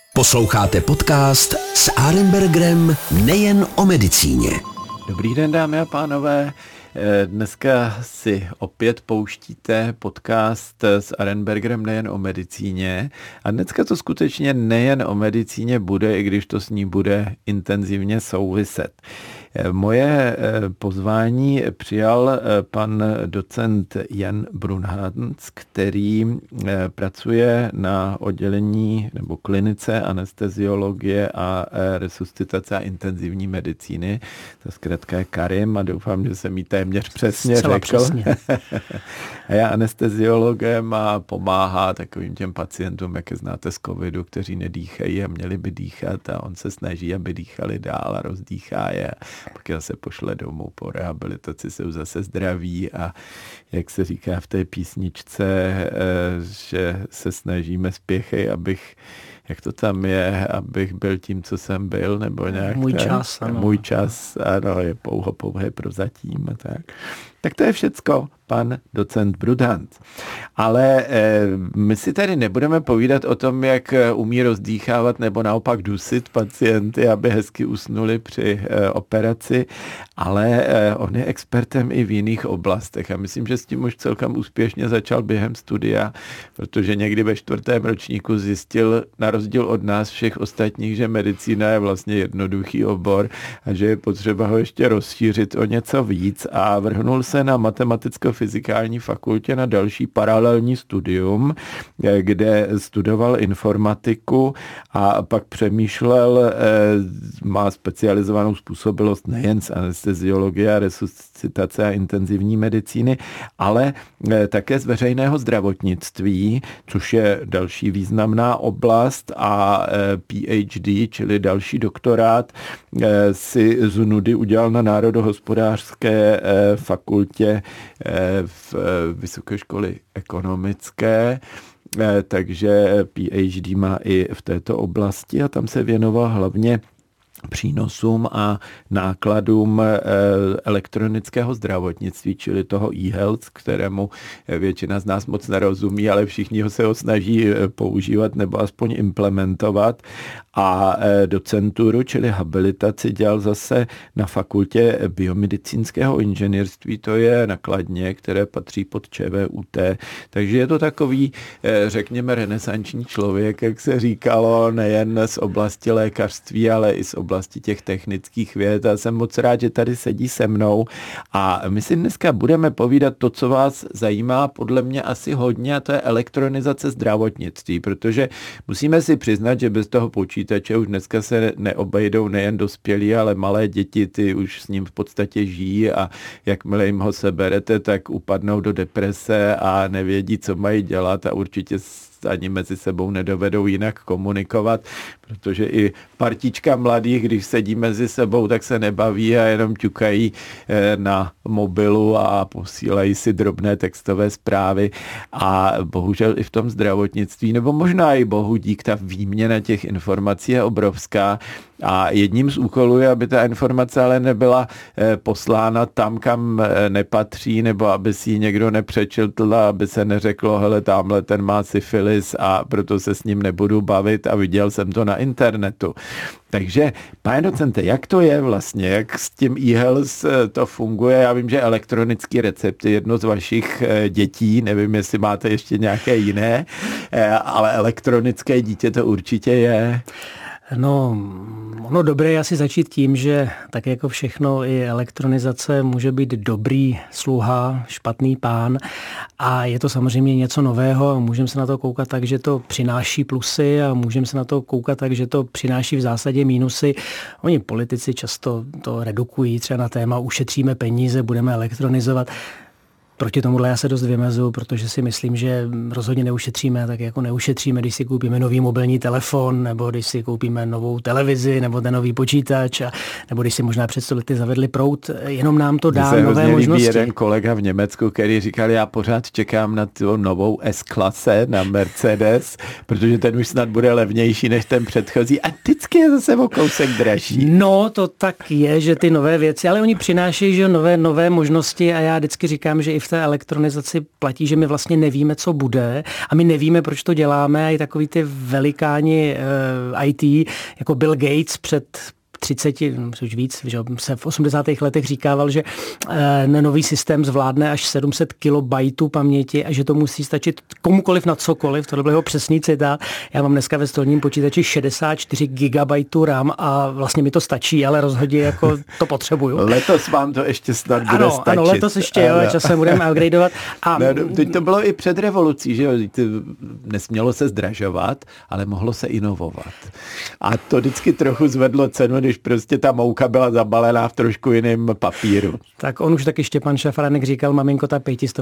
Posloucháte podcast s Arenbergerem nejen o medicíně. Dobrý den, dámy a pánové. Dneska si opět pouštíte podcast s Arenbergerem nejen o medicíně. A dneska to skutečně nejen o medicíně bude, i když to s ní bude intenzivně souviset. Moje pozvání přijal pan docent Jan Brunhans, který pracuje na oddělení nebo klinice anesteziologie a resuscitace a intenzivní medicíny. To zkrátka je Karim a doufám, že jsem jí téměř přesně Zcela řekl. Přesně. A já anesteziologem a pomáhá takovým těm pacientům, jak je znáte z covidu, kteří nedýchají a měli by dýchat a on se snaží, aby dýchali dál a rozdýchá je. Pak je zase pošle domů po rehabilitaci, jsou zase zdraví a jak se říká v té písničce, že se snažíme spěchej, jak to tam je, abych byl tím, co jsem byl, nebo nějak Můj čas, ano. Můj čas, ano, je pouhé prozatím a tak. Tak to je všecko, pan docent Brunhans. Ale my si tady nebudeme povídat o tom, jak umí rozdýchávat nebo naopak dusit pacienty, aby hezky usnuli při operaci, ale on je expertem i v jiných oblastech a myslím, že s tím už celkem úspěšně začal během studia, protože někdy ve 4. ročníku zjistil, na rozdíl od nás všech ostatních, že medicína je vlastně jednoduchý obor a že je potřeba ho ještě rozšířit o něco víc a vrhnul se na matematicko-fyzikální fakultě na další paralelní studium, kde studoval informatiku a pak přemýšlel, má specializovanou způsobilost nejen z anesteziologie a resuscitace a intenzivní medicíny, ale také z veřejného zdravotnictví, což je další významná oblast a PhD, čili další doktorát, si z nudy udělal na Národohospodářské fakultě v Vysoké školy ekonomické, takže PhD má i v této oblasti a tam se věnoval hlavně přínosům a nákladům elektronického zdravotnictví, čili toho e-health, kterému většina z nás moc nerozumí, ale všichni se ho snaží používat nebo aspoň implementovat. A docenturu, čili habilitaci, dělal zase na fakultě biomedicínského inženýrství, to je na Kladně, které patří pod ČVUT. Takže je to takový, řekněme, renesanční člověk, jak se říkalo, nejen z oblasti lékařství, ale i z oblasti těch technických věd. A jsem moc rád, že tady sedí se mnou. A my si dneska budeme povídat to, co vás zajímá, podle mě asi hodně, a to je elektronizace zdravotnictví, protože musíme si přiznat, že bez toho počítače už dneska se neobejdou nejen dospělí, ale malé děti, ty už s ním v podstatě žijí a jakmile jim ho seberete, tak upadnou do deprese a nevědí, co mají dělat a určitě ani mezi sebou nedovedou jinak komunikovat, protože i partička mladých, když sedí mezi sebou, tak se nebaví a jenom ťukají na mobilu a posílají si drobné textové zprávy a bohužel i v tom zdravotnictví, nebo možná i bohu dík, ta výměna těch informací je obrovská a jedním z úkolů je, aby ta informace ale nebyla poslána tam, kam nepatří, nebo aby si ji někdo nepřečetl a aby se neřeklo, hele, tamhle ten má syfilis a proto se s ním nebudu bavit a viděl jsem to na internetu. Takže, pane docente, jak to je vlastně, jak s tím e-health to funguje? Já vím, že elektronický recept je jedno z vašich dětí, nevím, jestli máte ještě nějaké jiné, ale elektronické dítě to určitě je. No, ono dobré je asi začít tím, že tak jako všechno i elektronizace může být dobrý sluha, špatný pán a je to samozřejmě něco nového a můžeme se na to koukat tak, že to přináší plusy a můžeme se na to koukat tak, že to přináší v zásadě mínusy. Oni politici často to redukují třeba na téma ušetříme peníze, budeme elektronizovat. Proti tomuhle já se dost vymezuju, protože si myslím, že rozhodně neušetříme, tak jako neušetříme, když si koupíme nový mobilní telefon, nebo když si koupíme novou televizi, nebo ten nový počítač, nebo když si možná před 100 lety zavedli proud, jenom nám to dá nové možnosti. Jeden kolega v Německu, který říkal, já pořád čekám na tu novou S-klase, na Mercedes, protože ten už snad bude levnější než ten předchozí a vždycky je zase o kousek dražší. No, to tak je, že ty nové věci, ale oni přinášejí že nové možnosti a já vždycky říkám, že i v v té elektronizaci platí, že my vlastně nevíme, co bude a my nevíme, proč to děláme a i takový ty velikáni IT, jako Bill Gates před 30, už víc, že se v 80. letech říkával, že nový systém zvládne až 700 kilobajtů paměti a že to musí stačit komukoliv na cokoliv. Tohle byl jeho přesný citát. Já mám dneska ve stolním počítači 64 gigabajtů RAM a vlastně mi to stačí, ale rozhodně jako to potřebuju. Letos vám to ještě snad bude stačit. Ano, letos ještě, jo, časem budeme upgradeovat. A teď to bylo i před revolucí, že jo? Nesmělo se zdražovat, ale mohlo se inovovat. A to vždycky trochu zvedlo cenu, když prostě ta mouka byla zabalená v trošku jiném papíru. Tak on už taky Štěpán Šafránek říkal, maminko, ta 500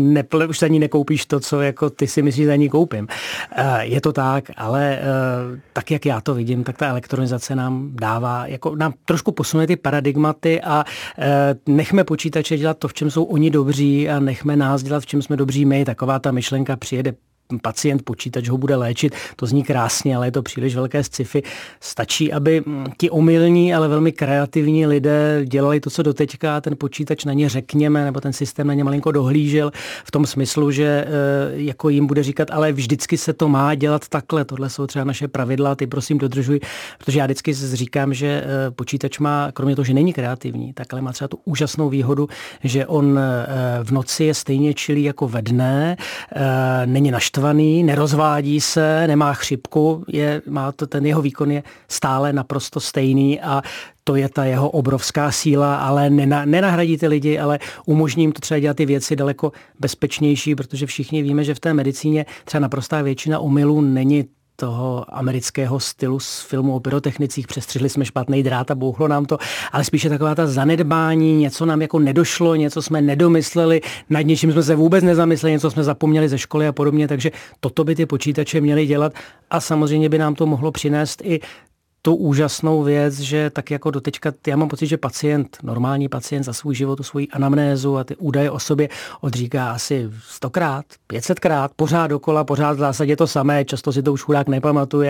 už ani nekoupíš to, co jako ty si myslíš, za ní koupím. Je to tak, ale tak, jak já to vidím, tak ta elektronizace nám dává, jako nám trošku posune ty paradigmaty a nechme počítače dělat to, v čem jsou oni dobří a nechme nás dělat, v čem jsme dobří my. Taková ta myšlenka přijede pacient, počítač ho bude léčit, to zní krásně, ale je to příliš velké sci-fi. Stačí, aby ti omylní, ale velmi kreativní lidé dělali to, co doteďka, ten počítač na ně řekněme, nebo ten systém na ně malinko dohlížel v tom smyslu, že jako jim bude říkat, ale vždycky se to má dělat takhle, tohle jsou třeba naše pravidla, ty prosím dodržuj, protože já vždycky říkám, že počítač má, kromě toho, že není kreativní, tak ale má třeba tu úžasnou výhodu, že on v noci je stejně čilý jako ve dne, není naštvaný, nerozvádí se, nemá chřipku, ten jeho výkon je stále naprosto stejný a to je ta jeho obrovská síla, ale nenahradí ty lidi, ale umožní jim to třeba dělat ty věci daleko bezpečnější, protože všichni víme, že v té medicíně třeba naprostá většina omylů není toho amerického stylu z filmu o pyrotechnicích, přestřihli jsme špatný drát a bouchlo nám to, ale spíše taková ta zanedbání, něco nám jako nedošlo, něco jsme nedomysleli, nad něčím jsme se vůbec nezamysleli, něco jsme zapomněli ze školy a podobně, takže toto by ty počítače měly dělat a samozřejmě by nám to mohlo přinést i tu úžasnou věc, že tak jako doteďka, já mám pocit, že normální pacient za svůj život, tu svoji anamnézu a ty údaje o sobě odříká asi 100krát, 500krát, pořád dokola, pořád v zásadě to samé, často si to už chudák nepamatuje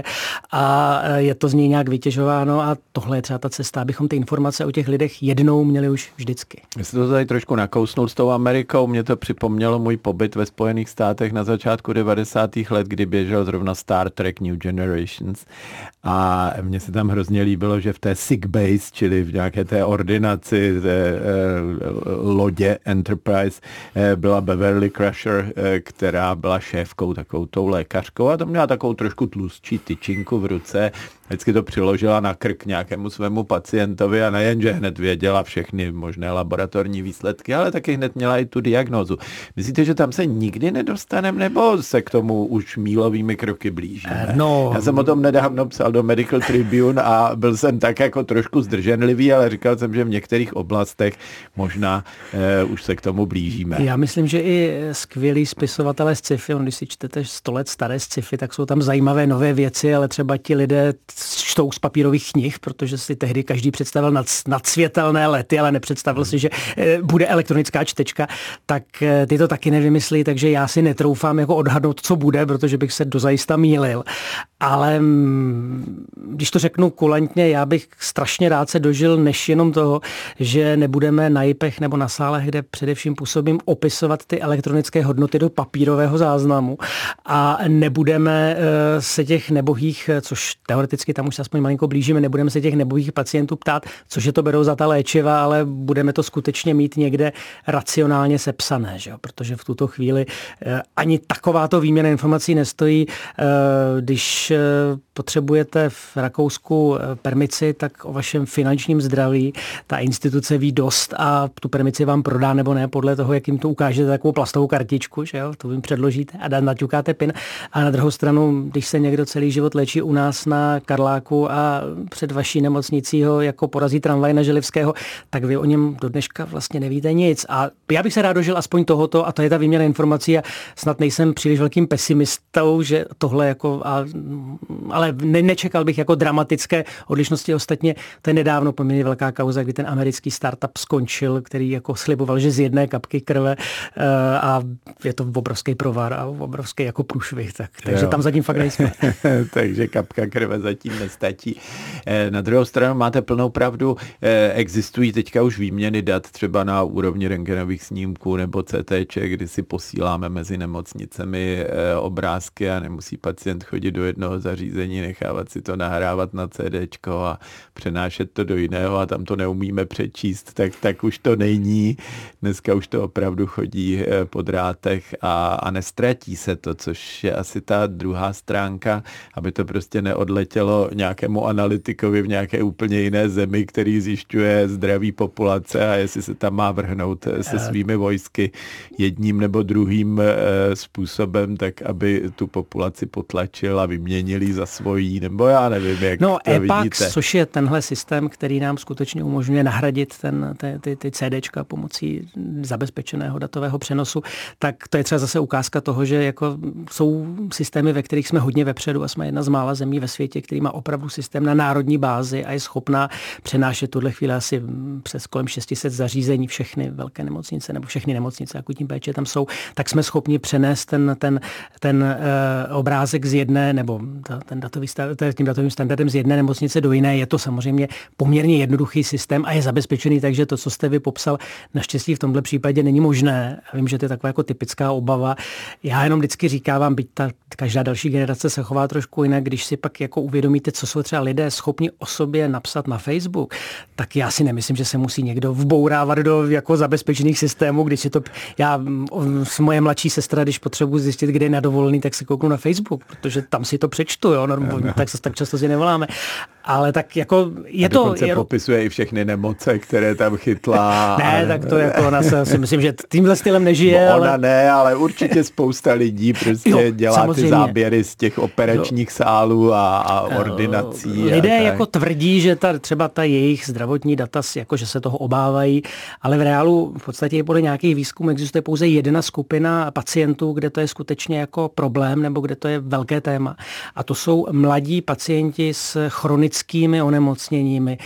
a je to z něj nějak vytěžováno a tohle je třeba ta cesta, abychom ty informace o těch lidech jednou měli už vždycky. Jestli to tady trošku nakousnout s tou Amerikou, mě to připomnělo můj pobyt ve Spojených státech na začátku 90. let, kdy běžel zrovna Star Trek New Generations a mně se tam hrozně líbilo, že v té sick base, čili v nějaké té ordinaci té lodě Enterprise, byla Beverly Crusher, která byla šéfkou, takovou tou lékařkou a tam měla takovou trošku tlustší tyčinku v ruce. Vždycky to přiložila na krk nějakému svému pacientovi a nejenže hned věděla všechny možné laboratorní výsledky, ale taky hned měla i tu diagnózu. Myslíte, že tam se nikdy nedostaneme, nebo se k tomu už mílovými kroky blížíme? No. Já jsem o tom nedávno psal do Medical Tribune a byl jsem tak jako trošku zdrženlivý, ale říkal jsem, že v některých oblastech možná už se k tomu blížíme. Já myslím, že i skvělí spisovatelé sci-fi, když si čtete 100 let staré sci-fi, tak jsou tam zajímavé nové věci, ale třeba ti lidé čtou z papírových knih, protože si tehdy každý představil nadsvětelné lety, ale nepředstavil si, že bude elektronická čtečka, tak ty to taky nevymyslí, takže já si netroufám jako odhadnout, co bude, protože bych se dozajista mýlil. Ale když to řeknu kulantně, já bych strašně rád se dožil než jenom toho, že nebudeme na JIPech nebo na sálech, kde především působím, opisovat ty elektronické hodnoty do papírového záznamu a nebudeme se těch nebohých, což teoreticky tam už se aspoň malinko blížíme, nebudeme se těch nebohých pacientů ptát, cože to berou za ta léčiva, ale budeme to skutečně mít někde racionálně sepsané, že jo? Protože v tuto chvíli ani takováto výměna informací nestojí. Když potřebujete v Rakousku permici, tak o vašem finančním zdraví ta instituce ví dost a tu permici vám prodá nebo ne, podle toho, jak jim to ukážete takovou plastovou kartičku, že jo, tu jim předložíte a naťukáte PIN. A na druhou stranu, když se někdo celý život léčí u nás na Karláku a před vaší nemocnicí ho jako porazí tramvaj na Želivského, tak vy o něm do dneška vlastně nevíte nic. A já bych se rád dožil aspoň tohoto a to je ta výměna informací a snad nejsem příliš velkým pesimistou, že tohle jako ale ale nečekal bych jako dramatické odlišnosti. Ostatně to je nedávno poměrně velká kauza, kdy ten americký startup skončil, který jako sliboval, že z jedné kapky krve a je to obrovský provar a obrovský jako průšvih, takže tam zatím fakt nejsme. Takže kapka krve zatím nestačí. Na druhou stranu máte plnou pravdu, existují teďka už výměny dat třeba na úrovni rentgenových snímků nebo CTček, kdy si posíláme mezi nemocnicemi obrázky a nemusí pacient chodit do jednoho zařízení, nechávat si to nahrávat na CDčko a přenášet to do jiného a tam to neumíme přečíst, tak už to není. Dneska už to opravdu chodí po drátech a nestratí se to, což je asi ta druhá stránka, aby to prostě neodletělo nějakému analytikovi v nějaké úplně jiné zemi, který zjišťuje zdraví populace a jestli se tam má vrhnout se svými vojsky jedním nebo druhým způsobem, tak aby tu populaci potlačil a vyměnili za svojí, nebo já nevím, jak to EPAX, vidíte. Což je tenhle systém, který nám skutečně umožňuje nahradit ty CDčka pomocí zabezpečeného datového přenosu, tak to je třeba zase ukázka toho, že jako jsou systémy, ve kterých jsme hodně vepředu a jsme jedna z mála zemí ve světě, který má opravdu systém na národní bázi a je schopná přenášet tuhle chvíli asi přes kolem 600 zařízení, všechny velké nemocnice nebo všechny nemocnice, akutní péče tam jsou, tak jsme schopni přenést ten obrázek z jedné nebo tím datovým standardem z jedné nemocnice do jiné. Je to samozřejmě poměrně jednoduchý systém a je zabezpečený, takže to, co jste vy popsal, naštěstí v tomhle případě není možné. Já vím, že to je taková jako typická obava. Já jenom vždycky říkávám, byť každá další generace se chová trošku jinak, když si pak jako uvědomíte, co jsou třeba lidé schopni o sobě napsat na Facebook, tak já si nemyslím, že se musí někdo vbourávat do jako zabezpečených systémů, když si to moje mladší sestra, když potřebuji zjistit, kde je na dovolený, tak se kouknu na Facebook, protože tam si to přečtu, jo, tak často si nevoláme. Ale tak jako je to... popisuje i všechny nemoce, které tam chytla. Ne, tak to jako ona si myslím, že tímhle stylem nežije. No ona ne, ale určitě spousta lidí prostě dělá samozřejmě ty záběry z těch operačních sálů a ordinací. Lidé jako tvrdí, že třeba ta jejich zdravotní data, jako že se toho obávají, ale v reálu v podstatě podle nějakých výzkumů existuje pouze jedna skupina pacientů, kde to je skutečně jako problém nebo kde to je velké téma. A to jsou mladí pacienti s chronickými onemocněními,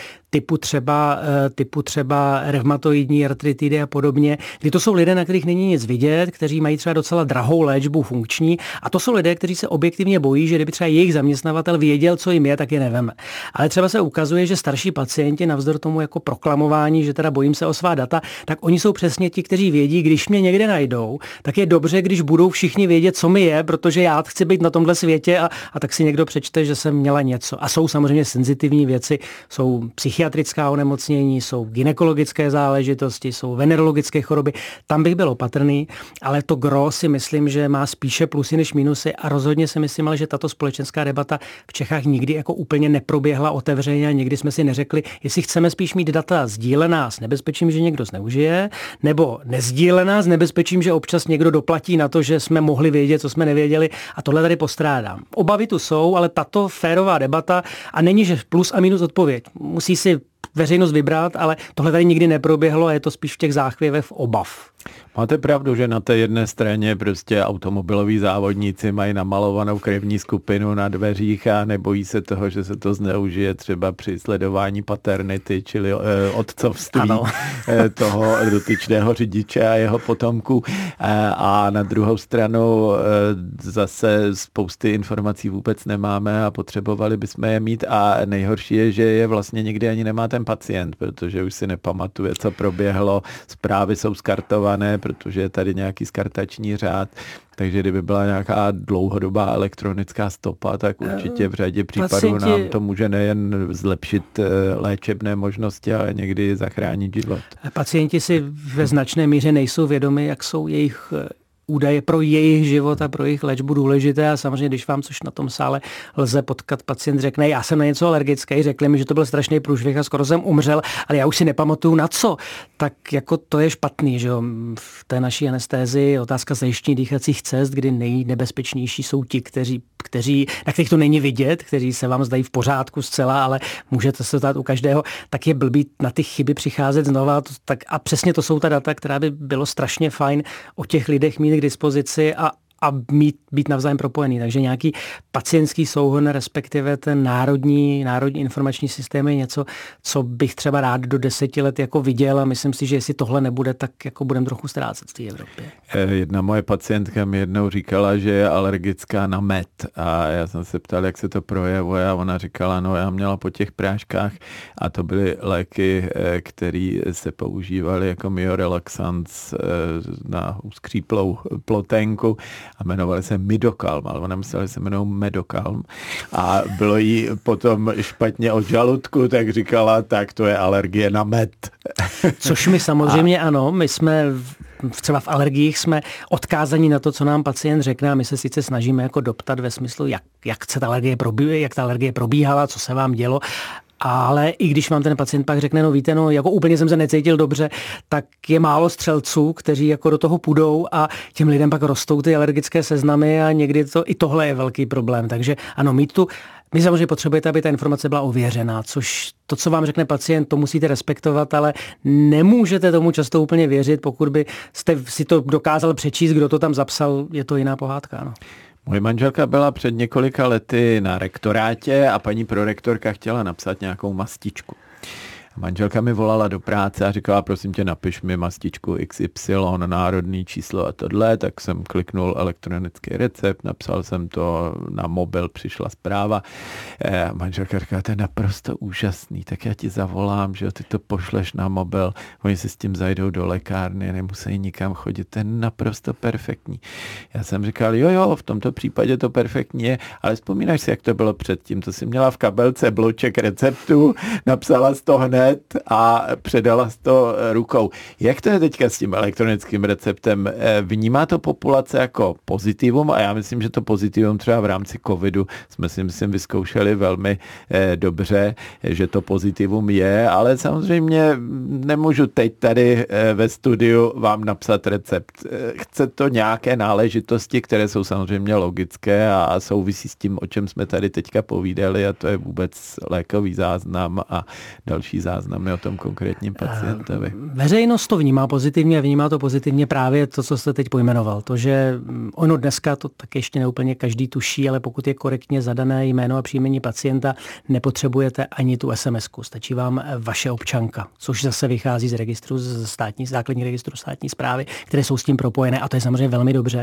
typu třeba reumatoidní artritidy a podobně, kdy to jsou lidé, na kterých není nic vidět, kteří mají třeba docela drahou léčbu funkční a to jsou lidé, kteří se objektivně bojí, že kdyby třeba jejich zaměstnavatel věděl, co jim je, tak je neveme. Ale třeba se ukazuje, že starší pacienti navzdory tomu jako proklamování, že teda bojím se o svá data, tak oni jsou přesně ti, kteří vědí, když mě někde najdou, tak je dobře, když budou všichni vědět, co mi je, protože já chci být na tomhle světě a tak si někdo přečte, že jsem měla něco. A jsou samozřejmě senzitivní věci, jsou psychiatrická onemocnění, jsou gynekologické záležitosti, jsou venerologické choroby. Tam bych byl opatrný, ale to gros si myslím, že má spíše plusy než minusy a rozhodně si myslím, ale že tato společenská debata v Čechách nikdy jako úplně neproběhla otevřeně a nikdy jsme si neřekli, jestli chceme spíš mít data sdílená s nebezpečím, že někdo zneužije, nebo nezdílená s nebezpečím, že občas někdo doplatí na to, že jsme mohli vědět, co jsme nevěděli a tohle tady postrádám. Obavy tu jsou, ale tato férová debata a není, že plus a minus odpověď. Musí si veřejnost vybrat, ale tohle tady nikdy neproběhlo a je to spíš v těch záchvěvech obav. Máte pravdu, že na té jedné straně prostě automobiloví závodníci mají namalovanou krevní skupinu na dveřích a nebojí se toho, že se to zneužije třeba při sledování paternity, čili otcovství toho dotyčného řidiče a jeho potomků. A na druhou stranu zase spousty informací vůbec nemáme a potřebovali bychom je mít a nejhorší je, že je vlastně nikdy ani nemá ten pacient, protože už si nepamatuje, co proběhlo, zprávy jsou skartované, protože je tady nějaký skartační řád, takže kdyby byla nějaká dlouhodobá elektronická stopa, tak určitě v řadě případů nám to může nejen zlepšit léčebné možnosti, ale někdy zachránit život. Pacienti si ve značné míře nejsou vědomi, jak jsou jejich údaje pro jejich život a pro jejich léčbu důležité a samozřejmě, když vám, což na tom sále lze potkat, pacient řekne, já jsem na něco alergický, řekli mi, že to byl strašný průšvih a skoro jsem umřel, ale já už si nepamatuju na co. Tak jako to je špatný, že jo. V té naší anestézii otázka zajištění dýchacích cest, kdy nejnebezpečnější jsou ti, na kterých to není vidět, kteří se vám zdají v pořádku zcela, ale můžete se dát u každého, tak je blbý na ty chyby přicházet znova. A přesně to jsou ta data, která by bylo strašně fajn o těch lidech mít k dispozici a být navzájem propojený. Takže nějaký pacientský souhon, respektive ten národní informační systém je něco, co bych třeba rád do 10 let jako viděl a myslím si, že jestli tohle nebude, tak jako budeme trochu ztrácet v té Evropě. Jedna moje pacientka mi jednou říkala, že je alergická na med a já jsem se ptal, jak se to projevuje a ona říkala, no já měla po těch práškách a to byly léky, které se používaly jako myorelaxans na uskříplou ploténku a jmenovali se Midokalm, ale ona myslela, že se jmenou Medokalm a bylo jí potom špatně od žaludku, tak říkala, tak to je alergie na med. Což my samozřejmě ano, my jsme třeba v alergiích jsme odkázaní na to, co nám pacient řekne a my se sice snažíme jako doptat ve smyslu, jak ta alergie probíhala, co se vám dělo, ale i když vám ten pacient pak řekne, no víte, no jako úplně jsem se necítil dobře, tak je málo střelců, kteří jako do toho půjdou a těm lidem pak rostou ty alergické seznamy a někdy i tohle je velký problém. Takže ano, my samozřejmě potřebujete, aby ta informace byla ověřená, což to, co vám řekne pacient, to musíte respektovat, ale nemůžete tomu často úplně věřit, pokud byste si to dokázal přečíst, kdo to tam zapsal, je to jiná pohádka. No. Moje manželka byla před několika lety na rektorátě a paní prorektorka chtěla napsat nějakou mastičku. Manželka mi volala do práce a říkala, prosím tě, napiš mi mastičku XY, národní číslo a tohle, tak jsem kliknul elektronický recept, napsal jsem to, na mobil přišla zpráva. Manželka říká, to je naprosto úžasný, tak já ti zavolám, že ty to pošleš na mobil, oni si s tím zajdou do lékárny, nemusí nikam chodit, to je naprosto perfektní. Já jsem říkal, jo, v tomto případě to perfektní je, ale vzpomínáš si, jak to bylo předtím, to si měla v kabelce bloček receptů, napsala z toho hned a předala to rukou. Jak to je teďka s tím elektronickým receptem? Vnímá to populace jako pozitivum a já myslím, že to pozitivum třeba v rámci covidu jsme si myslím vyzkoušeli velmi dobře, že to pozitivum je, ale samozřejmě nemůžu teď tady ve studiu vám napsat recept. Chce to nějaké náležitosti, které jsou samozřejmě logické a souvisí s tím, o čem jsme tady teďka povídali a to je vůbec lékový záznam a další záznamy o tom konkrétním pacientovi. Veřejnost to vnímá pozitivně a vnímá to pozitivně právě to, co jste teď pojmenoval. To, že ono dneska to tak ještě neúplně každý tuší, ale pokud je korektně zadané jméno a příjmení pacienta, nepotřebujete ani tu SMS-ku. Stačí vám vaše občanka, což zase vychází z registru základní registru státní správy, které jsou s tím propojené a to je samozřejmě velmi dobře.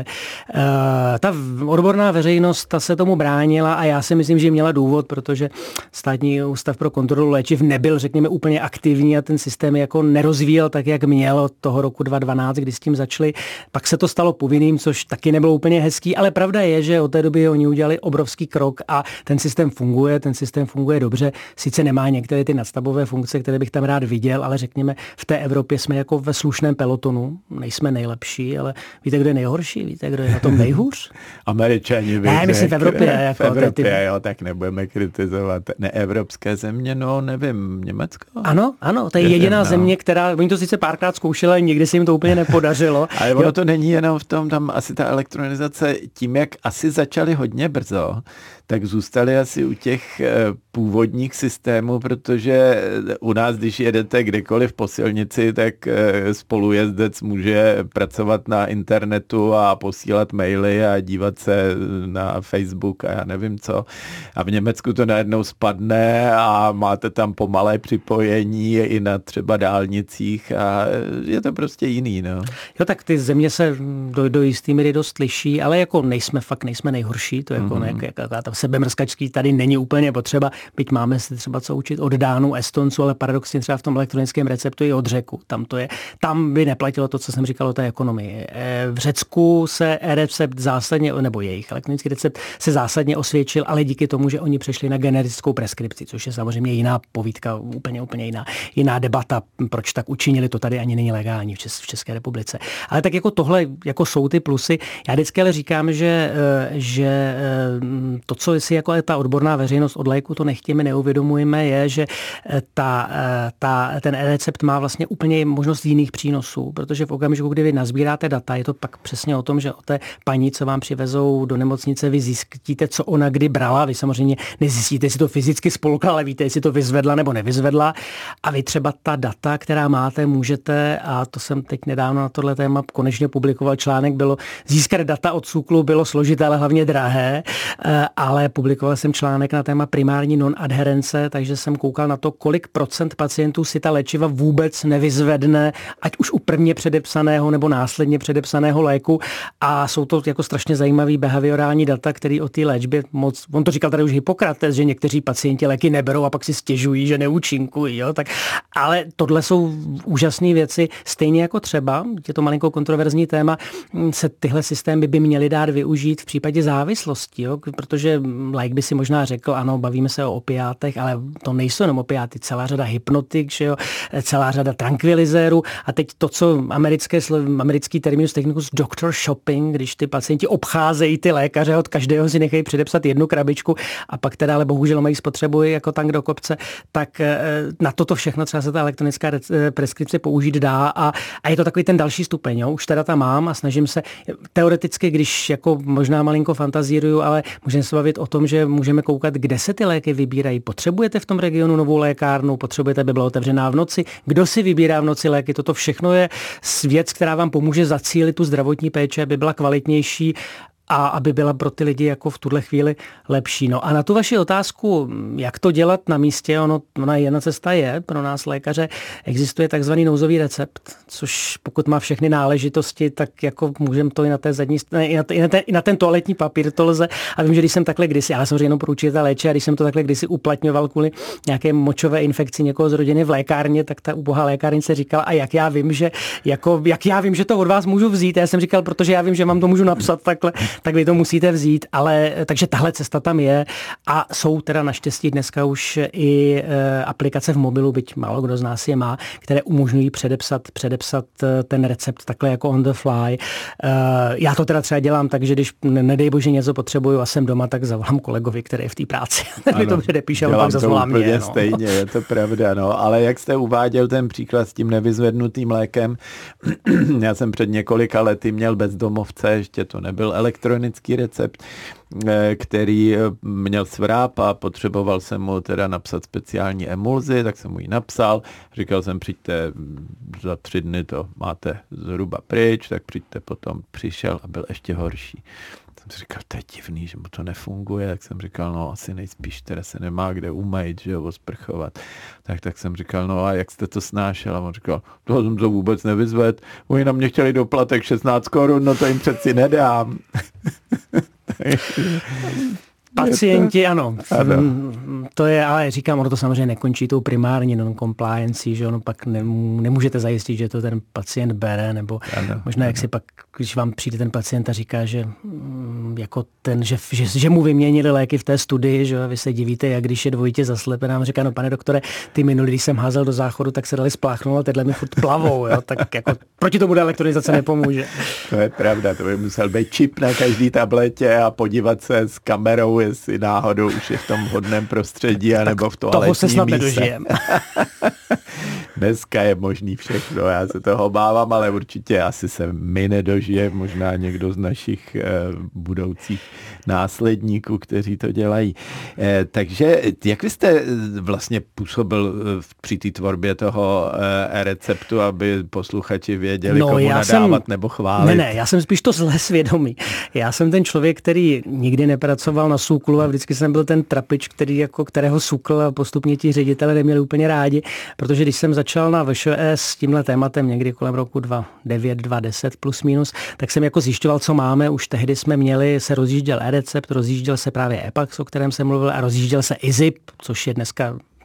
Ta odborná veřejnost ta se tomu bránila a já si myslím, že měla důvod, protože Státní ústav pro kontrolu léčiv nebyl, řekněme, úplně aktivní a ten systém jako nerozvíjel tak, jak měl od toho roku 2012, kdy s tím začali. Pak se to stalo povinným, což taky nebylo úplně hezký, ale pravda je, že od té doby oni udělali obrovský krok a ten systém funguje dobře. Sice nemá některé ty nadstavové funkce, které bych tam rád viděl, ale řekněme, v té Evropě jsme jako ve slušném pelotonu. Nejsme nejlepší, ale víte, kdo je nejhorší? Víte, kdo je na tom nejhůř? Američani. Ne, myslím v Evropě. Jako v Evropě, jo, tak nebudeme kritizovat neevropské země, no nevím, Německo? Ano, to je jediná země, která, oni to sice párkrát zkoušeli, ale nikdy se jim to úplně nepodařilo. Ale ono to není jenom v tom, tam asi ta elektronizace, tím, jak asi začali hodně brzo, tak zůstali asi u těch původních systémů, protože u nás, když jedete kdekoliv po silnici, tak spolujezdec může pracovat na internetu a posílat maily a dívat se na Facebook a já nevím co. A v Německu to najednou spadne a máte tam pomalé připojení i na třeba dálnicích a je to prostě jiný. No. Jo, tak ty země se do jistý míry dost liší, ale jako nejsme nejhorší, to jako jaká ta sebemrskačský tady není úplně potřeba, byť máme si třeba co učit od Dánů, Estonců, ale paradoxně třeba v tom elektronickém receptu i od Řeku. Tam by neplatilo to, co jsem říkal o té ekonomii. V Řecku se e-recept zásadně, nebo jejich elektronický recept se zásadně osvědčil, ale díky tomu, že oni přešli na generickou preskripci, což je samozřejmě jiná povídka, úplně jiná debata, proč tak učinili, to tady ani není legální v České republice. Ale tak jako tohle, jako jsou ty plusy. Já vždycky ale říkám, že to, co si jako ta odborná veřejnost od léku to nechtěme, neuvědomujeme, je, že ten recept má vlastně úplně možnost jiných přínosů, protože v okamžiku, kdy vy nazbíráte data, je to pak přesně o tom, že o té paní, co vám přivezou do nemocnice, vy zjistíte, co ona kdy brala. Vy samozřejmě nezjistíte, jestli to fyzicky spolkla, ale víte, jestli to vyzvedla nebo nevyzvedla. A vy třeba ta data, která máte, můžete, a to jsem teď nedávno na tohle téma konečně publikoval článek, bylo získat data od SÚKLu bylo složité, ale hlavně drahé, ale publikoval jsem článek na téma primární non-adherence, takže jsem koukal na to, kolik procent pacientů si ta léčiva vůbec nevyzvedne, ať už u prvně předepsaného nebo následně předepsaného léku, a jsou to jako strašně zajímavý behaviorální data, který o té léčbě moc, on to říkal tady už Hippokrates, že někteří pacienti léky neberou a pak si stěžují, že neúčinkují, jo, tak, ale tohle jsou úžasné věci, stejně jako třeba, je to malinko kontroverzní téma, se tyhle systémy by měly dát využít v případě závislosti, jo, protože laik by si možná řekl, ano, bavíme se o opiátech, ale to nejsou jenom opiáty, celá řada hypnotik, že jo, celá řada tranquilizérů, a teď to, co americký terminus technicus doctor shopping, když ty pacienti obcházejí ty lékaře, od každého si nechají předepsat jednu krabičku a pak teda ale bohužel mají spotřebují jako tank do kopce, tak na toto všechno třeba se ta elektronická preskripce použít dá, a je to takový ten další stupeň, jo. Už teda tam mám a snažím se teoreticky, když jako možná malinko fantazíruju, ale můžeme se bavit o tom, že můžeme koukat, kde se ty léky vybírají. Potřebujete v tom regionu novou lékárnu, potřebujete, aby byla otevřená v noci. Kdo si vybírá v noci léky? Toto všechno je věc, která vám pomůže zacílit tu zdravotní péči, aby byla kvalitnější a aby byla pro ty lidi jako v tuhle chvíli lepší. No a na tu vaši otázku, jak to dělat na místě, ona jedna cesta je pro nás lékaře, existuje takzvaný nouzový recept, což pokud má všechny náležitosti, tak jako můžeme to i na té zadní, i na ten toaletní papír to lze. A vím, že když jsem takhle kdysi, ale samozřejmě jenom pro určitá léče, a když jsem to takhle kdysi uplatňoval kvůli nějaké močové infekci někoho z rodiny v lékárně, tak ta ubohá lékárnice říkala, a jak já vím, že to od vás můžu vzít. Já jsem říkal, protože já vím, že vám to můžu napsat takhle, tak vy to musíte vzít, ale takže tahle cesta tam je, a jsou teda naštěstí dneska už i aplikace v mobilu, byť málo kdo z nás je má, které umožňují předepsat ten recept takhle jako on the fly. Já to teda třeba dělám tak, že když nedej bože něco potřebuju a jsem doma, tak zavolám kolegovi, který je v té práci. Mi to předepíše, ale pak zavolám mě. No. Stejně, je to pravda, no. Ale jak jste uváděl ten příklad s tím nevyzvednutým lékem, já jsem před několika lety měl bezdomovce, ještě to nebyl elektronický recept, který měl svráp a potřeboval jsem mu teda napsat speciální emulzi, tak jsem mu ji napsal. Říkal jsem, přijďte za 3 dny, to máte zhruba pryč, tak přijďte potom. Přišel a byl ještě horší. Jsem si říkal, to je divný, že mu to nefunguje, tak jsem říkal, no asi nejspíš teda se nemá kde umýt, že jo, osprchovat. Tak jsem říkal, no a jak jste to snášel? A on říkal, toho jsem to vůbec nevyzvedl, oni na mě chtěli doplatek 16 korun, no to jim přeci nedám. Pacienti, ano. To je, ale říkám, ono to samozřejmě nekončí tou primární non-compliance, že ono pak nemůžete zajistit, že to ten pacient bere, nebo možná jak si pak, když vám přijde ten pacient a říká, že jako že mu vyměnili léky v té studii, že vy se divíte, jak když je dvojitě zaslepená, říká, no pane doktore, ty minulý, když jsem házel do záchodu, tak se dali spláchnout a tyhle mi furt plavou, jo, tak jako proti tomu elektronizace nepomůže. To je pravda, to by musel být čip na každý tabletě a podívat se s kamerou, jestli náhodou už je v tom vhodném prostředí, anebo v toaletním místě. Toho se snad nedožijem. Dneska je možný všechno, já se toho obávám, ale určitě asi se my nedožije, možná někdo z našich budoucích následníků, kteří to dělají. Takže jak vy jste vlastně působil při té tvorbě toho receptu, aby posluchači věděli, komu nadávat nebo chválit? Ne, já jsem spíš to zlé svědomí. Já jsem ten člověk, který nikdy nepracoval na SÚKLu a vždycky jsem byl ten trapič, kterého SÚKL a postupně ti ředitele neměli úplně rádi, protože když jsem začal na VŠE s tímhle tématem někdy kolem roku 2009, 2010 plus minus, tak jsem jako zjišťoval, co máme. Už tehdy jsme měli, se rozjížděl e-recept, rozjížděl se právě EPAX, o kterém jsem mluvil, a rozjížděl se IZIP, což je dneska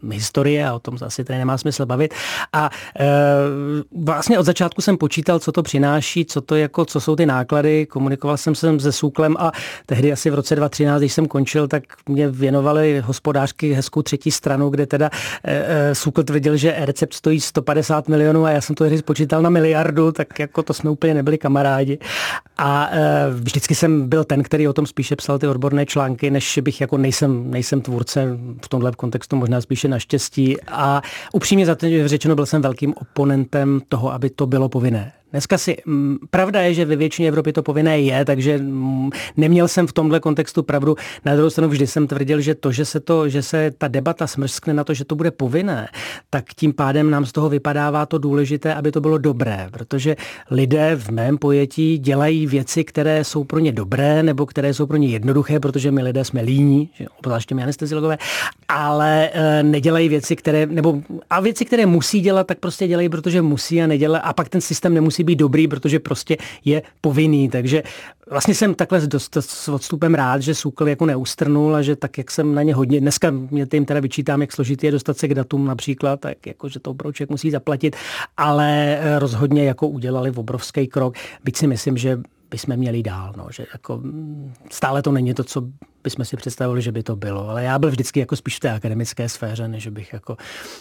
historie a o tom asi tady nemá smysl bavit. A vlastně od začátku jsem počítal, co to přináší, co jsou ty náklady. Komunikoval jsem se SÚKLem a tehdy asi v roce 2013, když jsem končil, tak mě věnovali hospodářky hezkou třetí stranu, kde teda SÚKL tvrdil, že recept stojí 150 milionů a já jsem to tehdy spočítal na miliardu, tak jako to jsme úplně nebyli kamarádi. A vždycky jsem byl ten, který o tom spíše psal ty odborné články, než bych jako nejsem tvůrce v tomhle kontextu, možná spíše naštěstí. A upřímně řečeno byl jsem velkým oponentem toho, aby to bylo povinné. Dneska pravda je, že ve většině Evropy to povinné je, takže neměl jsem v tomhle kontextu pravdu. Na druhou stranu vždy jsem tvrdil, že že se ta debata smrskne na to, že to bude povinné, tak tím pádem nám z toho vypadává to důležité, aby to bylo dobré, protože lidé v mém pojetí dělají věci, které jsou pro ně dobré nebo které jsou pro ně jednoduché, protože my lidé jsme líní, obzvláště my anesteziologové, ale nedělají věci, které musí dělat, tak prostě dělají, protože musí a nedělají, a pak ten systém nemusí být dobrý, protože prostě je povinný. Takže vlastně jsem takhle s odstupem rád, že SÚKL jako neustrnul a že tak, jak jsem na ně hodně, dneska mě tím teda vyčítám, jak složitý je dostat se k datům například, tak jako, že to člověk musí zaplatit, ale rozhodně jako udělali obrovský krok, byť si myslím, že bychom měli dál, no, že jako stále to není to, co bychom si představili, že by to bylo, ale já byl vždycky jako spíš v té akademické sféře, než bych jako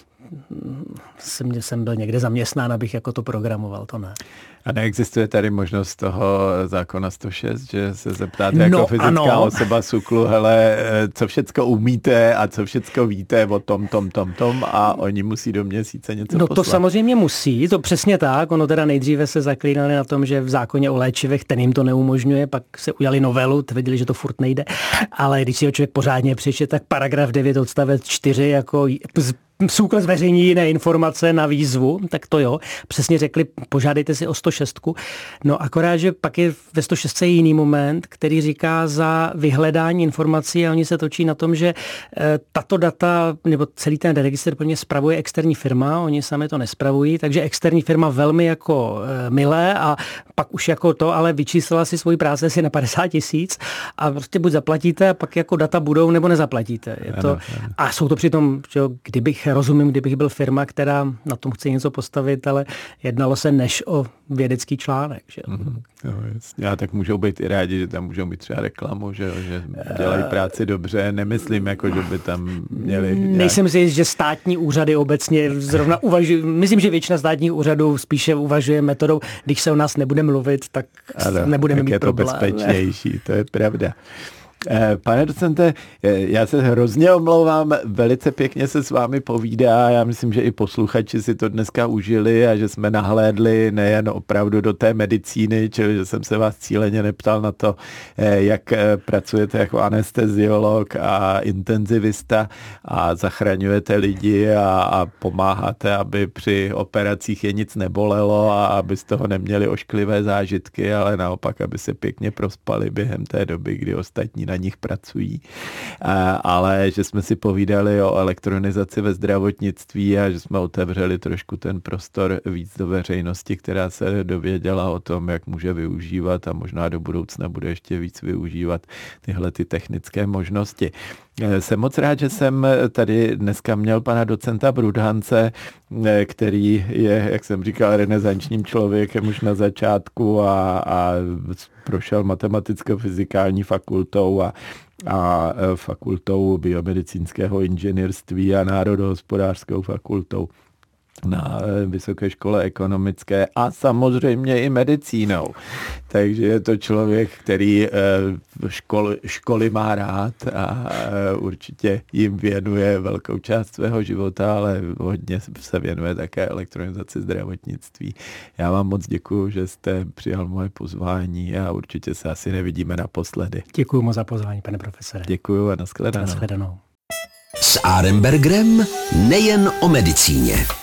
jsem byl někde zaměstnán, abych jako to programoval, to ne. A neexistuje tady možnost toho zákona 106, že se zeptáte jako fyzická osoba SÚKLu, hele, co všecko umíte a co všecko víte o tom a oni musí do měsíce něco poslat. To samozřejmě musí, to přesně tak, ono teda nejdříve se zaklínali na tom, že v zákoně o léčivech ten jim to neumožňuje, pak se udělali novelu, tvrdili, že to furt nejde, ale když si ho člověk pořádně přečte, tak paragraf 9 odstavec 4 jako SÚKL zveřejní jiné informace na výzvu, tak to jo. Přesně řekli, požádejte si o 106. No akorát, že pak je ve 106 jiný moment, který říká za vyhledání informací a oni se točí na tom, že tato data, nebo celý ten registr pro ně spravuje externí firma, oni sami to nespravují, takže externí firma velmi jako milé a pak už jako to, ale vyčíslila si svoji práci asi na 50 000 a prostě buď zaplatíte a pak jako data budou, nebo nezaplatíte. Ano. A jsou to přitom, že kdybych byl firma, která na tom chce něco postavit, ale jednalo se než o vědecký článek. Že? No, jasně. A tak můžou být i rádi, že tam můžou mít třeba reklamu, že dělají práci dobře. Nemyslím, jako, že by tam měli... Nejsem si jist, že státní úřady obecně zrovna uvažují. Myslím, že většina státních úřadů spíše uvažuje metodou, když se o nás nebude mluvit, tak nebudeme mít problém. Je to bezpečnější, to je pravda. Pane docente, já se hrozně omlouvám, velice pěkně se s vámi povídá, já myslím, že i posluchači si to dneska užili a že jsme nahlédli nejen opravdu do té medicíny, čili že jsem se vás cíleně neptal na to, jak pracujete jako anesteziolog a intenzivista a zachraňujete lidi a pomáháte, aby při operacích je nic nebolelo a aby z toho neměli ošklivé zážitky, ale naopak, aby se pěkně prospali během té doby, kdy ostatní na nich pracují, ale že jsme si povídali o elektronizaci ve zdravotnictví a že jsme otevřeli trošku ten prostor víc do veřejnosti, která se dověděla o tom, jak může využívat a možná do budoucna bude ještě víc využívat tyhle ty technické možnosti. Jsem moc rád, že jsem tady dneska měl pana docenta Brudhance, který je, jak jsem říkal, renesančním člověkem už na začátku a prošel matematicko-fyzikální fakultou a fakultou biomedicínského inženýrství a národohospodářskou fakultou na Vysoké škole ekonomické a samozřejmě i medicínou. Takže je to člověk, který školy má rád a určitě jim věnuje velkou část svého života, ale hodně se věnuje také elektronizaci zdravotnictví. Já vám moc děkuju, že jste přijal moje pozvání a určitě se asi nevidíme naposledy. Děkuju moc za pozvání, pane profesore. Děkuju a nashledanou. Nashledanou. S Arenbergerem nejen o medicíně.